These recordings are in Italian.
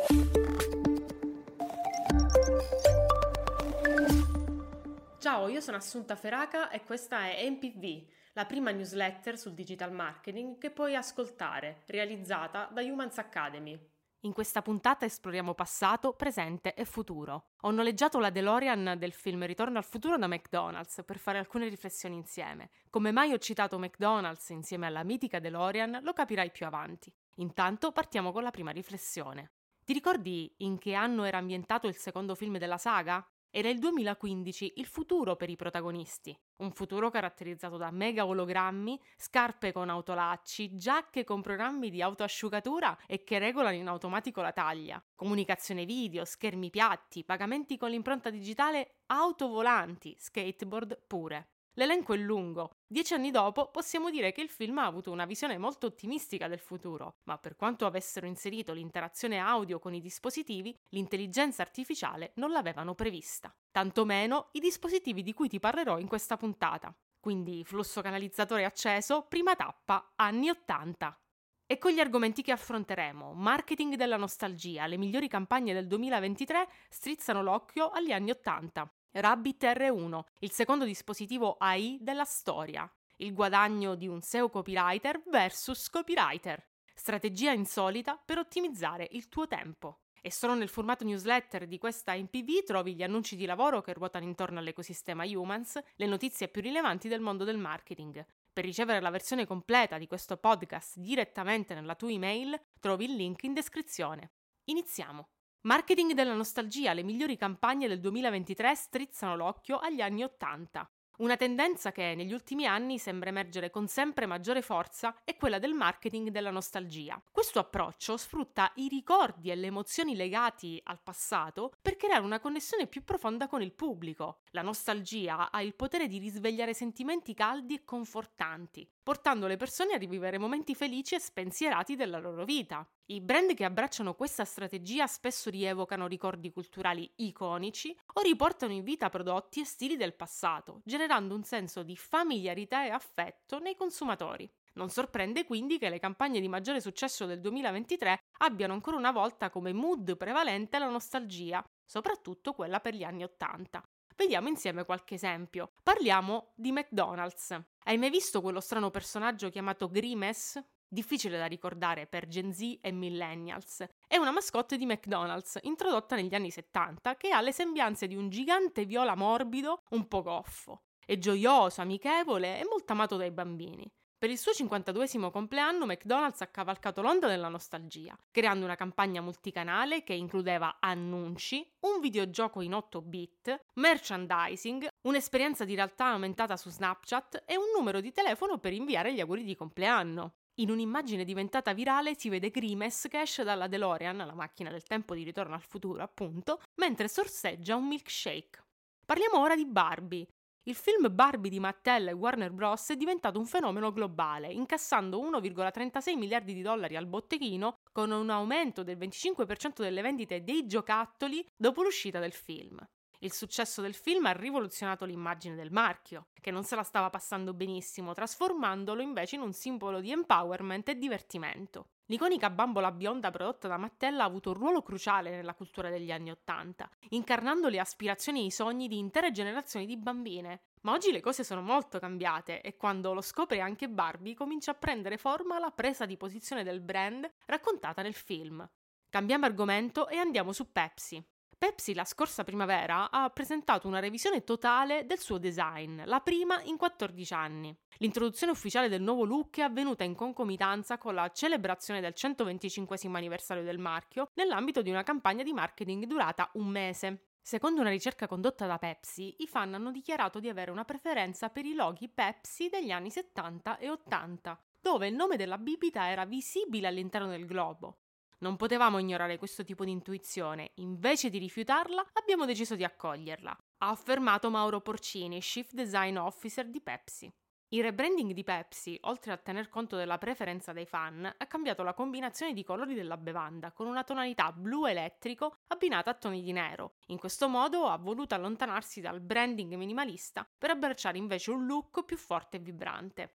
Ciao, io sono Assunta Feraca e questa è NPV, la prima newsletter sul digital marketing che puoi ascoltare, realizzata da Humans Academy. In questa puntata esploriamo passato, presente e futuro. Ho noleggiato la DeLorean del film Ritorno al futuro da McDonald's per fare alcune riflessioni insieme. Come mai ho citato McDonald's insieme alla mitica DeLorean lo capirai più avanti. Intanto partiamo con la prima riflessione. Ti ricordi in che anno era ambientato il secondo film della saga? Era il 2015, il futuro per i protagonisti. Un futuro caratterizzato da mega ologrammi, scarpe con autolacci, giacche con programmi di autoasciugatura e che regolano in automatico la taglia, comunicazione video, schermi piatti, pagamenti con l'impronta digitale, autovolanti, skateboard pure. L'elenco è lungo. 10 anni dopo possiamo dire che il film ha avuto una visione molto ottimistica del futuro, ma per quanto avessero inserito l'interazione audio con i dispositivi, l'intelligenza artificiale non l'avevano prevista. Tanto meno i dispositivi di cui ti parlerò in questa puntata. Quindi flusso canalizzatore acceso, prima tappa, anni 80. Ecco gli argomenti che affronteremo. Marketing della nostalgia, le migliori campagne del 2023 strizzano l'occhio agli anni 80. Rabbit R1, il secondo dispositivo AI della storia. Il guadagno di un SEO copywriter versus copywriter. Strategia insolita per ottimizzare il tuo tempo. E solo nel formato newsletter di questa NPV trovi gli annunci di lavoro che ruotano intorno all'ecosistema Humans, le notizie più rilevanti del mondo del marketing. Per ricevere la versione completa di questo podcast direttamente nella tua email, trovi il link in descrizione. Iniziamo! Marketing della nostalgia, le migliori campagne del 2023 strizzano l'occhio agli anni 80. Una tendenza che negli ultimi anni sembra emergere con sempre maggiore forza è quella del marketing della nostalgia. Questo approccio sfrutta i ricordi e le emozioni legati al passato per creare una connessione più profonda con il pubblico. La nostalgia ha il potere di risvegliare sentimenti caldi e confortanti, portando le persone a rivivere momenti felici e spensierati della loro vita. I brand che abbracciano questa strategia spesso rievocano ricordi culturali iconici o riportano in vita prodotti e stili del passato, generando un senso di familiarità e affetto nei consumatori. Non sorprende quindi che le campagne di maggiore successo del 2023 abbiano ancora una volta come mood prevalente la nostalgia, soprattutto quella per gli anni 80. Vediamo insieme qualche esempio. Parliamo di McDonald's. Hai mai visto quello strano personaggio chiamato Grimace? Difficile da ricordare per Gen Z e Millennials. È una mascotte di McDonald's, introdotta negli anni 70, che ha le sembianze di un gigante viola morbido, un po' goffo. È gioioso, amichevole e molto amato dai bambini. Per il suo 52esimo compleanno McDonald's ha cavalcato l'onda della nostalgia, creando una campagna multicanale che includeva annunci, un videogioco in 8 bit, merchandising, un'esperienza di realtà aumentata su Snapchat e un numero di telefono per inviare gli auguri di compleanno. In un'immagine diventata virale si vede Grimace che esce dalla DeLorean, la macchina del tempo di Ritorno al futuro appunto, mentre sorseggia un milkshake. Parliamo ora di Barbie. Il film Barbie di Mattel e Warner Bros. È diventato un fenomeno globale, incassando 1,36 miliardi di dollari al botteghino, con un aumento del 25% delle vendite dei giocattoli dopo l'uscita del film. Il successo del film ha rivoluzionato l'immagine del marchio, che non se la stava passando benissimo, trasformandolo invece in un simbolo di empowerment e divertimento. L'iconica bambola bionda prodotta da Mattel ha avuto un ruolo cruciale nella cultura degli anni '80, incarnando le aspirazioni e i sogni di intere generazioni di bambine. Ma oggi le cose sono molto cambiate e quando lo scopre anche Barbie comincia a prendere forma la presa di posizione del brand raccontata nel film. Cambiamo argomento e andiamo su Pepsi. Pepsi la scorsa primavera ha presentato una revisione totale del suo design, la prima in 14 anni. L'introduzione ufficiale del nuovo look è avvenuta in concomitanza con la celebrazione del 125° anniversario del marchio nell'ambito di una campagna di marketing durata un mese. Secondo una ricerca condotta da Pepsi, i fan hanno dichiarato di avere una preferenza per i loghi Pepsi degli anni 70 e 80, dove il nome della bibita era visibile all'interno del globo. Non potevamo ignorare questo tipo di intuizione, invece di rifiutarla abbiamo deciso di accoglierla, ha affermato Mauro Porcini, Chief Design Officer di Pepsi. Il rebranding di Pepsi, oltre a tener conto della preferenza dei fan, ha cambiato la combinazione di colori della bevanda con una tonalità blu elettrico abbinata a toni di nero. In questo modo ha voluto allontanarsi dal branding minimalista per abbracciare invece un look più forte e vibrante.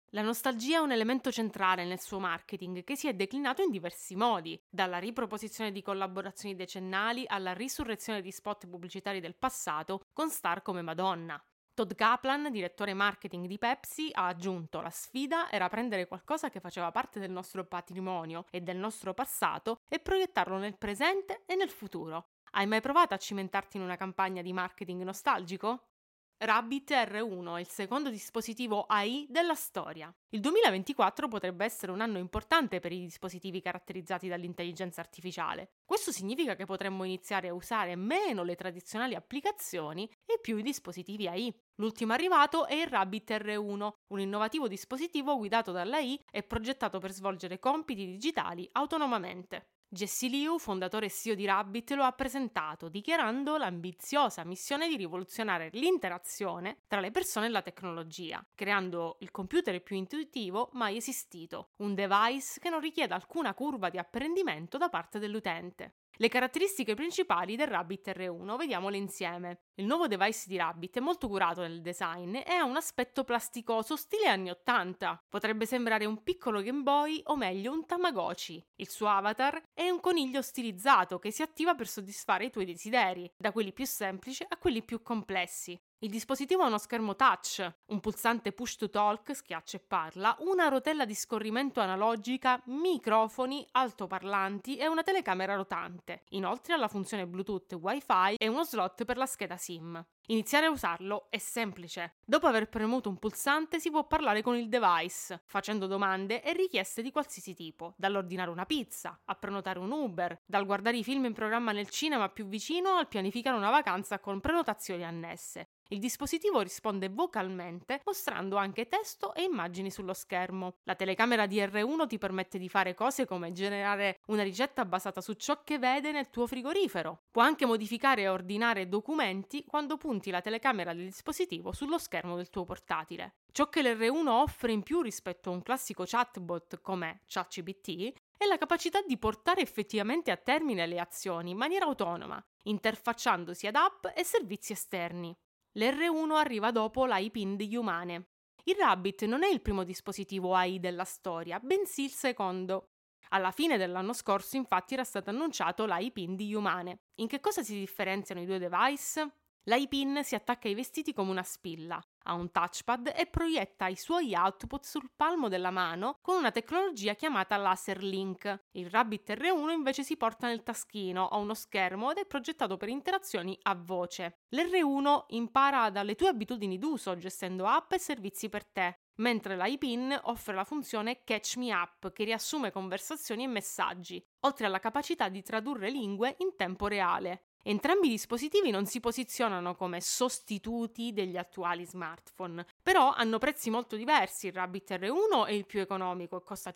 La nostalgia è un elemento centrale nel suo marketing che si è declinato in diversi modi, dalla riproposizione di collaborazioni decennali alla risurrezione di spot pubblicitari del passato con star come Madonna. Todd Kaplan, direttore marketing di Pepsi, ha aggiunto: la sfida era prendere qualcosa che faceva parte del nostro patrimonio e del nostro passato e proiettarlo nel presente e nel futuro. Hai mai provato a cimentarti in una campagna di marketing nostalgico? Rabbit R1 è il secondo dispositivo AI della storia. Il 2024 potrebbe essere un anno importante per i dispositivi caratterizzati dall'intelligenza artificiale. Questo significa che potremmo iniziare a usare meno le tradizionali applicazioni e più i dispositivi AI. L'ultimo arrivato è il Rabbit R1, un innovativo dispositivo guidato dall'AI e progettato per svolgere compiti digitali autonomamente. Jesse Liu, fondatore e CEO di Rabbit, lo ha presentato, dichiarando l'ambiziosa missione di rivoluzionare l'interazione tra le persone e la tecnologia, creando il computer più intuitivo mai esistito, un device che non richiede alcuna curva di apprendimento da parte dell'utente. Le caratteristiche principali del Rabbit R1 vediamole insieme. Il nuovo device di Rabbit è molto curato nel design e ha un aspetto plasticoso stile anni 80. Potrebbe sembrare un piccolo Game Boy o meglio un Tamagotchi. Il suo avatar è un coniglio stilizzato che si attiva per soddisfare i tuoi desideri, da quelli più semplici a quelli più complessi. Il dispositivo ha uno schermo touch, un pulsante push to talk, schiaccia e parla, una rotella di scorrimento analogica, microfoni, altoparlanti e una telecamera rotante. Inoltre ha la funzione Bluetooth Wi-Fi e uno slot per la scheda SIM. Iniziare a usarlo è semplice. Dopo aver premuto un pulsante si può parlare con il device, facendo domande e richieste di qualsiasi tipo, dall'ordinare una pizza, a prenotare un Uber, dal guardare i film in programma nel cinema più vicino al pianificare una vacanza con prenotazioni annesse. Il dispositivo risponde vocalmente, mostrando anche testo e immagini sullo schermo. La telecamera di R1 ti permette di fare cose come generare una ricetta basata su ciò che vede nel tuo frigorifero. Può anche modificare e ordinare documenti quando punti la telecamera del dispositivo sullo schermo del tuo portatile. Ciò che l'R1 offre in più rispetto a un classico chatbot come ChatGPT è la capacità di portare effettivamente a termine le azioni in maniera autonoma, interfacciandosi ad app e servizi esterni. L'R1 arriva dopo l'iPin di Humane. Il Rabbit non è il primo dispositivo AI della storia, bensì il secondo. Alla fine dell'anno scorso, infatti, era stato annunciato l'iPin di Humane. In che cosa si differenziano i due device? L'iPin si attacca ai vestiti come una spilla, ha un touchpad e proietta i suoi output sul palmo della mano con una tecnologia chiamata Laser Link. Il Rabbit R1 invece si porta nel taschino, ha uno schermo ed è progettato per interazioni a voce. L'R1 impara dalle tue abitudini d'uso, gestendo app e servizi per te, mentre l'iPin offre la funzione Catch Me Up, che riassume conversazioni e messaggi, oltre alla capacità di tradurre lingue in tempo reale. Entrambi i dispositivi non si posizionano come sostituti degli attuali smartphone, però hanno prezzi molto diversi. Il Rabbit R1 è il più economico e costa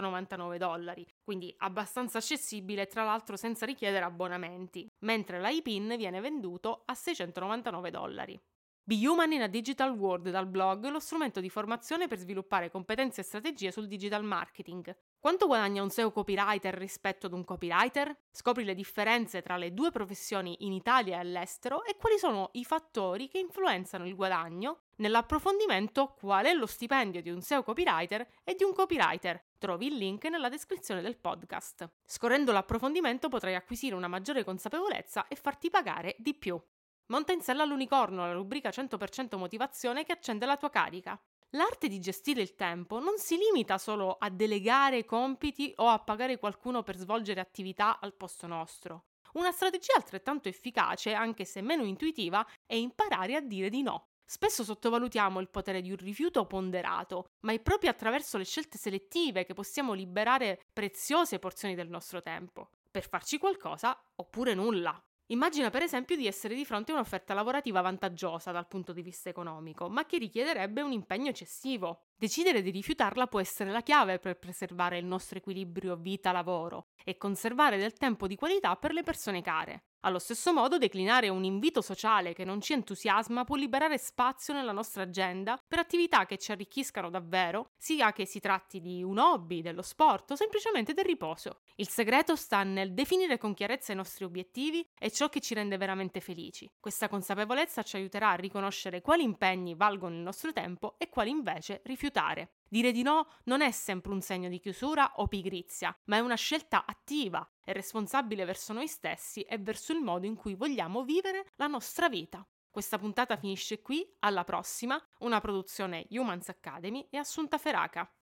$199, quindi abbastanza accessibile, tra l'altro senza richiedere abbonamenti, mentre l'iPin viene venduto a $699. Be Human in a Digital World dal blog, lo strumento di formazione per sviluppare competenze e strategie sul digital marketing. Quanto guadagna un SEO copywriter rispetto ad un copywriter? Scopri le differenze tra le due professioni in Italia e all'estero e quali sono i fattori che influenzano il guadagno. Nell'approfondimento, qual è lo stipendio di un SEO copywriter e di un copywriter? Trovi il link nella descrizione del podcast. Scorrendo l'approfondimento potrai acquisire una maggiore consapevolezza e farti pagare di più. Monta in sella all'unicorno, la rubrica 100% motivazione che accende la tua carica. L'arte di gestire il tempo non si limita solo a delegare compiti o a pagare qualcuno per svolgere attività al posto nostro. Una strategia altrettanto efficace, anche se meno intuitiva, è imparare a dire di no. Spesso sottovalutiamo il potere di un rifiuto ponderato, ma è proprio attraverso le scelte selettive che possiamo liberare preziose porzioni del nostro tempo, per farci qualcosa oppure nulla. Immagina per esempio di essere di fronte a un'offerta lavorativa vantaggiosa dal punto di vista economico, ma che richiederebbe un impegno eccessivo. Decidere di rifiutarla può essere la chiave per preservare il nostro equilibrio vita-lavoro e conservare del tempo di qualità per le persone care. Allo stesso modo, declinare un invito sociale che non ci entusiasma può liberare spazio nella nostra agenda per attività che ci arricchiscano davvero, sia che si tratti di un hobby, dello sport o semplicemente del riposo. Il segreto sta nel definire con chiarezza i nostri obiettivi e ciò che ci rende veramente felici. Questa consapevolezza ci aiuterà a riconoscere quali impegni valgono il nostro tempo e quali invece rifiutare. rifiutare. Dire di no non è sempre un segno di chiusura o pigrizia, ma è una scelta attiva e responsabile verso noi stessi e verso il modo in cui vogliamo vivere la nostra vita. Questa puntata finisce qui, alla prossima, una produzione Humans Academy e Assunta Feraca.